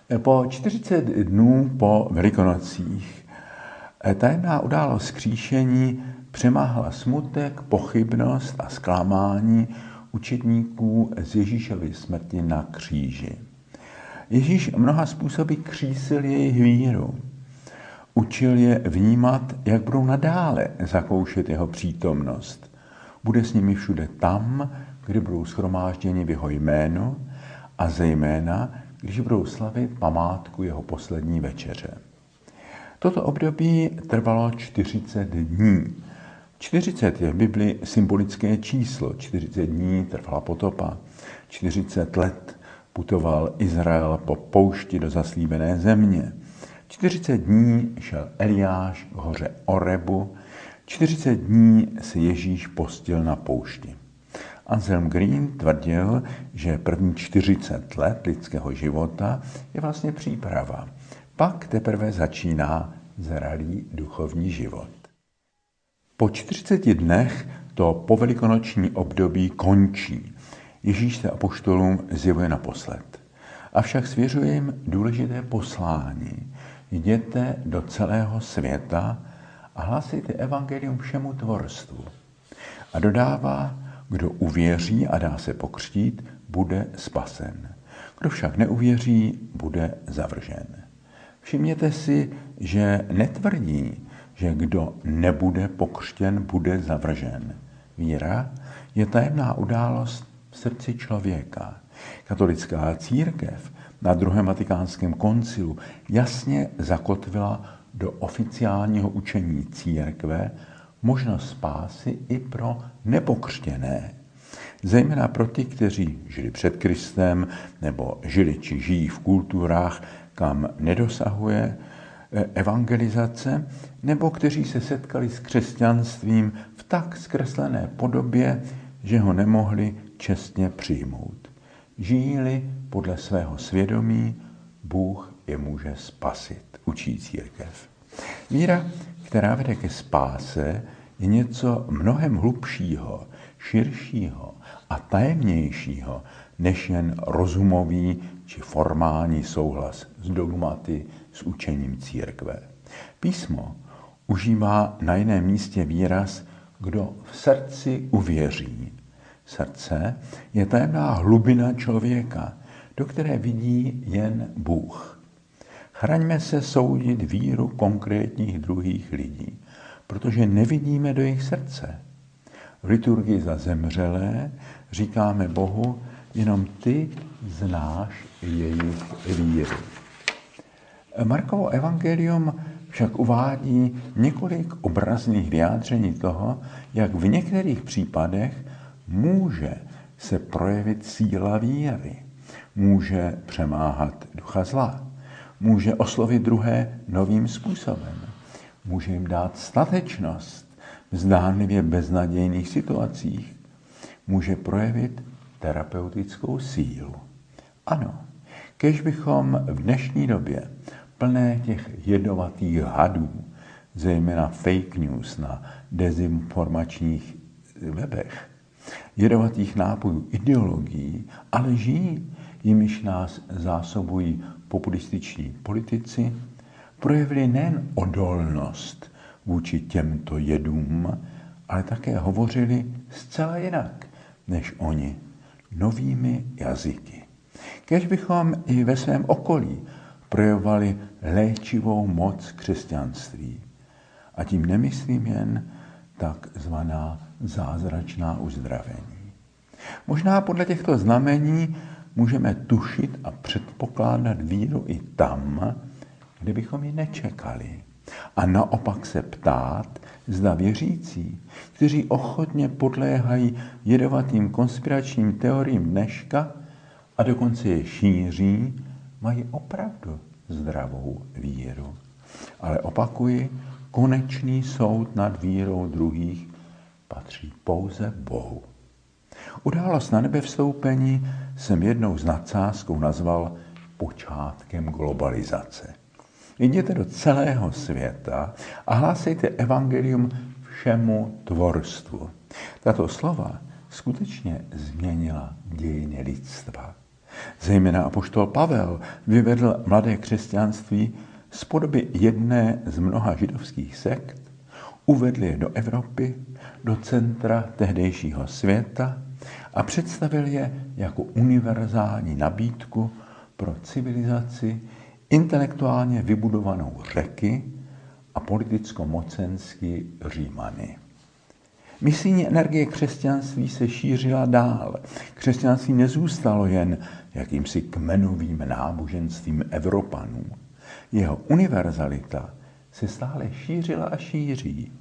Po 40 dnů po Velikonocích tajemná událost vzkříšení přemáhla smutek, pochybnost a zklamání učedníků z Ježíšovy smrti na kříži. Ježíš mnoha způsoby křísil jejich víru. Učil je vnímat, jak budou nadále zakoušet jeho přítomnost. Bude s nimi všude tam, kde budou shromážděni v jeho jménu a zejména, když budou slavit památku jeho poslední večeře. Toto období trvalo 40 dní. 40 je v Biblii symbolické číslo. 40 dní trvala potopa. 40 let putoval Izrael po poušti do zaslíbené země. 40 dní šel Eliáš k hoře Orebu. 40 dní se Ježíš postil na poušti. Anselm Green tvrdil, že první 40 let lidského života je vlastně příprava. Pak teprve začíná zralý duchovní život. Po 40 dnech to povelikonoční období končí. Ježíš se apoštolům zjevuje naposled. Avšak svěřuje jim důležité poslání. Jděte do celého světa a hlásejte evangelium všemu tvorstvu. A dodává, kdo uvěří a dá se pokřtít, bude spasen. Kdo však neuvěří, bude zavržen. Všimněte si, že netvrdí, že kdo nebude pokřtěn, bude zavržen. Víra je tajemná událost v srdci člověka. Katolická církev na druhém vatikánském koncilu jasně zakotvila do oficiálního učení církve možnost spásy i pro nepokřtěné. Zejména pro ty, kteří žili před Kristem nebo žili či žijí v kulturách, kam nedosahuje evangelizace, nebo kteří se setkali s křesťanstvím v tak zkreslené podobě, že ho nemohli čestně přijmout. Žijí-li podle svého svědomí, Bůh je může spasit, učí církev. Víra, která vede ke spáse, je něco mnohem hlubšího, širšího a tajemnějšího, než jen rozumový či formální souhlas s dogmaty, s učením církve. Písmo užívá na jiném místě výraz, kdo v srdci uvěří. Srdce je tajemná hlubina člověka, do které vidí jen Bůh. Chraňme se soudit víru konkrétních druhých lidí, protože nevidíme do jejich srdce. V liturgii za zemřelé říkáme Bohu, jenom ty znáš jejich víru. Markovo evangelium však uvádí několik obrazných vyjádření toho, jak v některých případech může se projevit síla víry, může přemáhat ducha zla, může oslovit druhé novým způsobem, může jim dát statečnost v zdánlivě beznadějných situacích, může projevit terapeutickou sílu. Ano, kéž bychom v dnešní době plné těch jedovatých hadů, zejména fake news na dezinformačních webech, jedovatých nápojů, ideologií a lží, jimiž nás zásobují populističní politici, projevili nejen odolnost vůči těmto jedům, ale také hovořili zcela jinak než oni, novými jazyky. Kéž bychom i ve svém okolí projevovali léčivou moc křesťanství. A tím nemyslím jen takzvaná zázračná uzdravení. Možná podle těchto znamení můžeme tušit a předpokládat víru i tam, kde bychom ji nečekali. A naopak se ptát, zda věřící, kteří ochotně podléhají jedovatým konspiračním teoriím dneška a dokonce je šíří, mají opravdu zdravou víru. Ale opakuji, konečný soud nad vírou druhých patří pouze Bohu. Událost na nebevstoupení jsem jednou s nadsázkou nazval počátkem globalizace. Jděte do celého světa a hlásejte evangelium všemu tvorstvu. Tato slova skutečně změnila dějiny lidstva. Zejména apoštol Pavel vyvedl mladé křesťanství z podoby jedné z mnoha židovských sekt, uvedl je do Evropy, do centra tehdejšího světa a představil je jako univerzální nabídku pro civilizaci intelektuálně vybudovanou Řeky a politicko-mocensky Římany. Misijní energie křesťanství se šířila dál. Křesťanství nezůstalo jen jakýmsi kmenovým náboženstvím Evropanů. Jeho univerzalita se stále šířila a šíří.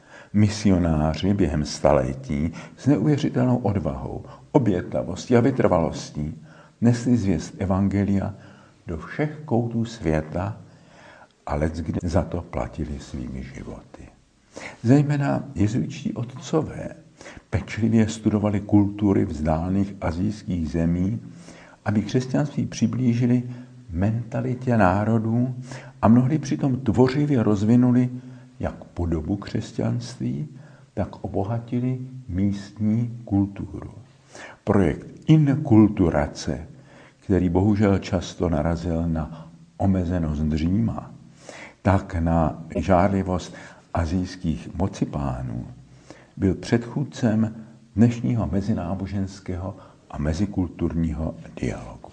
Misionáři během staletí s neuvěřitelnou odvahou, obětavostí a vytrvalostí nesli zvěst evangelia do všech koutů světa a leckdy za to platili svými životy. Zejména jezuitští otcové pečlivě studovali kultury vzdálených asijských zemí, aby křesťanství přiblížili mentalitě národů a mnohdy přitom tvořivě rozvinuli jak podobu křesťanství, tak obohatili místní kulturu. Projekt inkulturace, který bohužel často narazil na omezenost Říma, tak na žárlivost asijských mocipánů, byl předchůdcem dnešního mezináboženského a mezikulturního dialogu.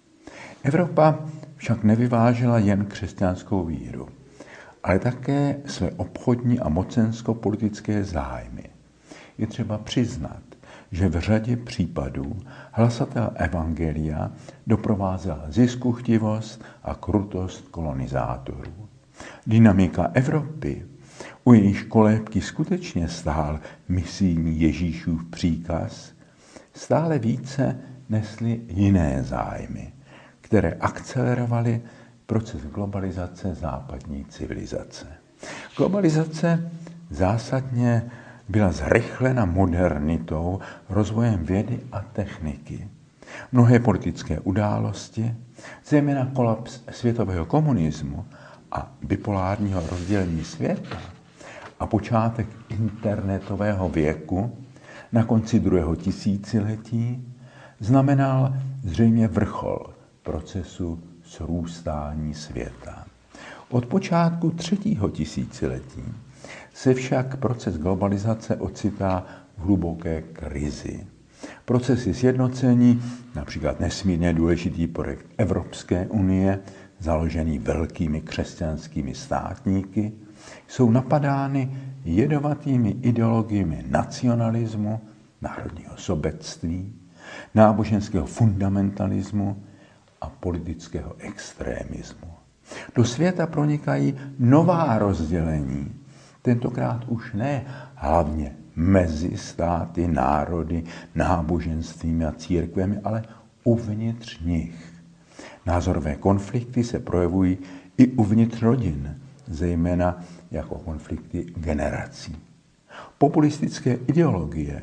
Evropa však nevyvážela jen křesťanskou víru, ale také své obchodní a mocensko-politické zájmy. Je třeba přiznat, že v řadě případů hlasatel evangelia doprovázela ziskuchtivost a krutost kolonizátorů. Dynamika Evropy, u jejíž kolébky skutečně stál misijní Ježíšův příkaz, stále více nesly jiné zájmy, které akcelerovaly proces globalizace západní civilizace. Globalizace zásadně byla zrychlena modernitou, rozvojem vědy a techniky. Mnohé politické události, zejména kolaps světového komunismu a bipolárního rozdělení světa a počátek internetového věku na konci 2. tisíciletí znamenal zřejmě vrchol procesu srůstání světa. Od počátku 3. tisíciletí se však proces globalizace ocitá v hluboké krizi. Procesy sjednocení, například nesmírně důležitý projekt Evropské unie, založený velkými křesťanskými státníky, jsou napadány jedovatými ideologiemi nacionalismu, národního sobectví, náboženského fundamentalismu a politického extrémismu. Do světa pronikají nová rozdělení, tentokrát už ne hlavně mezi státy, národy, náboženstvími a církvemi, ale uvnitř nich. Názorové konflikty se projevují i uvnitř rodin, zejména jako konflikty generací. Populistické ideologie,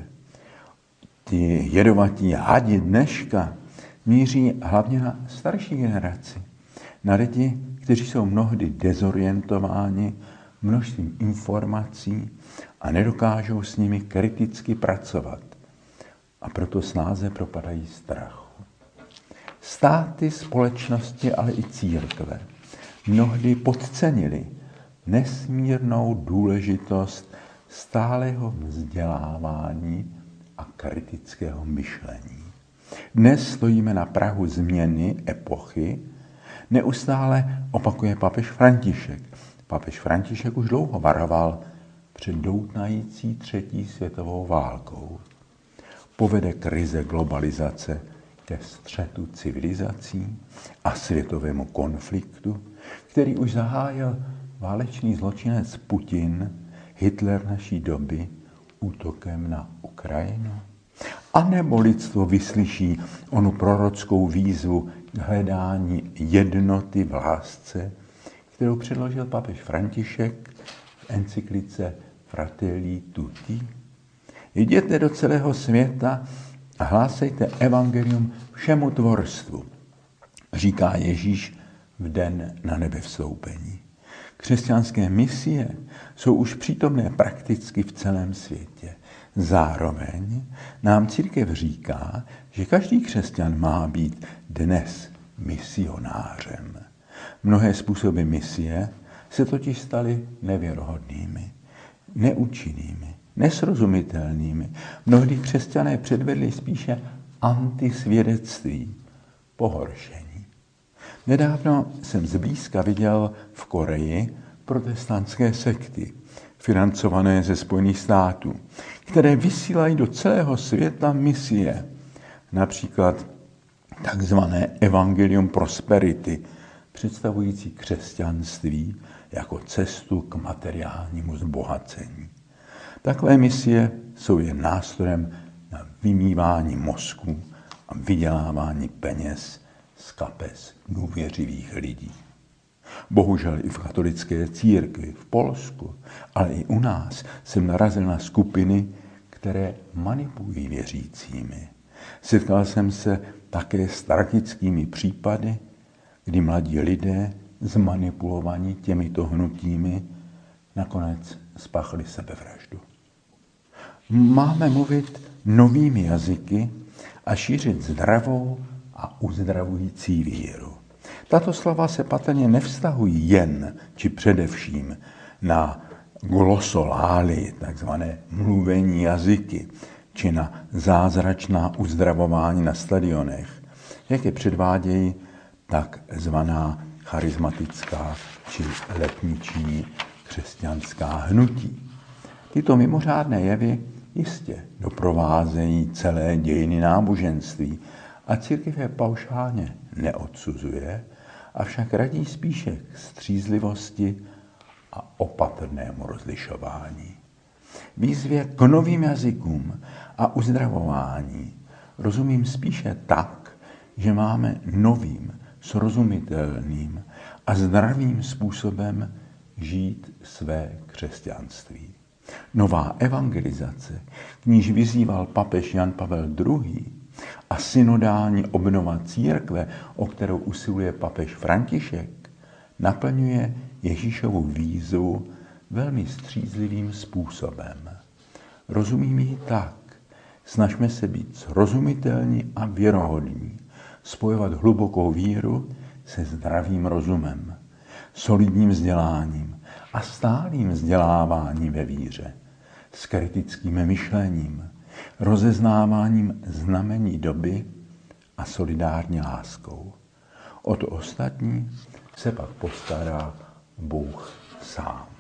ti jedovatí hadi dneška, míří hlavně na starší generaci, na lidi, kteří jsou mnohdy dezorientováni množstvím informací a nedokážou s nimi kriticky pracovat. A proto snáze propadají strachu. Státy, společnosti, ale i církve mnohdy podcenili nesmírnou důležitost stálého vzdělávání a kritického myšlení. Dnes stojíme na prahu změny epochy, neustále opakuje papež František. Papež František už dlouho varoval před doutnající 3. světovou válkou. Povede krize globalizace ke střetu civilizací a světovému konfliktu, který už zahájil válečný zločinec Putin, Hitler naší doby, útokem na Ukrajinu? A nebo lidstvo vyslyší onu prorockou výzvu k hledání jednoty v lásce, kterou předložil papež František v encyklice Fratelli Tutti? Jděte do celého světa a hlásejte evangelium všemu tvorstvu, říká Ježíš v den na nebevstoupení. Křesťanské misie jsou už přítomné prakticky v celém světě. Zároveň nám církev říká, že každý křesťan má být dnes misionářem. Mnohé způsoby misie se totiž staly nevěrohodnými, neúčinnými, nesrozumitelnými. Mnohdy křesťané předvedli spíše antisvědectví, pohoršení. Nedávno jsem zblízka viděl v Koreji protestantské sekty, financované ze Spojených států, které vysílají do celého světa misie, například takzvané Evangelium Prosperity, představující křesťanství jako cestu k materiálnímu zbohacení. Takové misie jsou jen nástrojem na vymývání mozků a vydělávání peněz z kapes důvěřivých lidí. Bohužel i v katolické církvi, v Polsku, ale i u nás jsem narazil na skupiny, které manipulují věřícími. Setkal jsem se také s tragickými případy, kdy mladí lidé zmanipulovaní těmito hnutími nakonec spáchali sebevraždu. Máme mluvit novými jazyky a šířit zdravou a uzdravující víru. Tato slova se patrně nevztahují jen či především na glosolály, takzvané mluvení jazyky, či na zázračná uzdravování na stadionech, jak je předvádějí takzvaná charismatická či letniční křesťanská hnutí. Tyto mimořádné jevy jistě doprovázejí celé dějiny náboženství a církev je paušálně neodsuzuje, avšak radí spíše k střízlivosti a opatrnému rozlišování. Výzvě k novým jazykům a uzdravování rozumím spíše tak, že máme novým, srozumitelným a zdravým způsobem žít své křesťanství. Nová evangelizace, k níž vyzýval papež Jan Pavel II. A synodální obnova církve, o kterou usiluje papež František, naplňuje Ježíšovu výzvu velmi střízlivým způsobem. Rozumím ji tak. Snažme se být srozumitelní a věrohodní, spojovat hlubokou víru se zdravým rozumem, solidním vzděláním a stálým vzděláváním ve víře, s kritickým myšlením, rozeznáváním znamení doby a solidární láskou. O to ostatní se pak postará Bůh sám.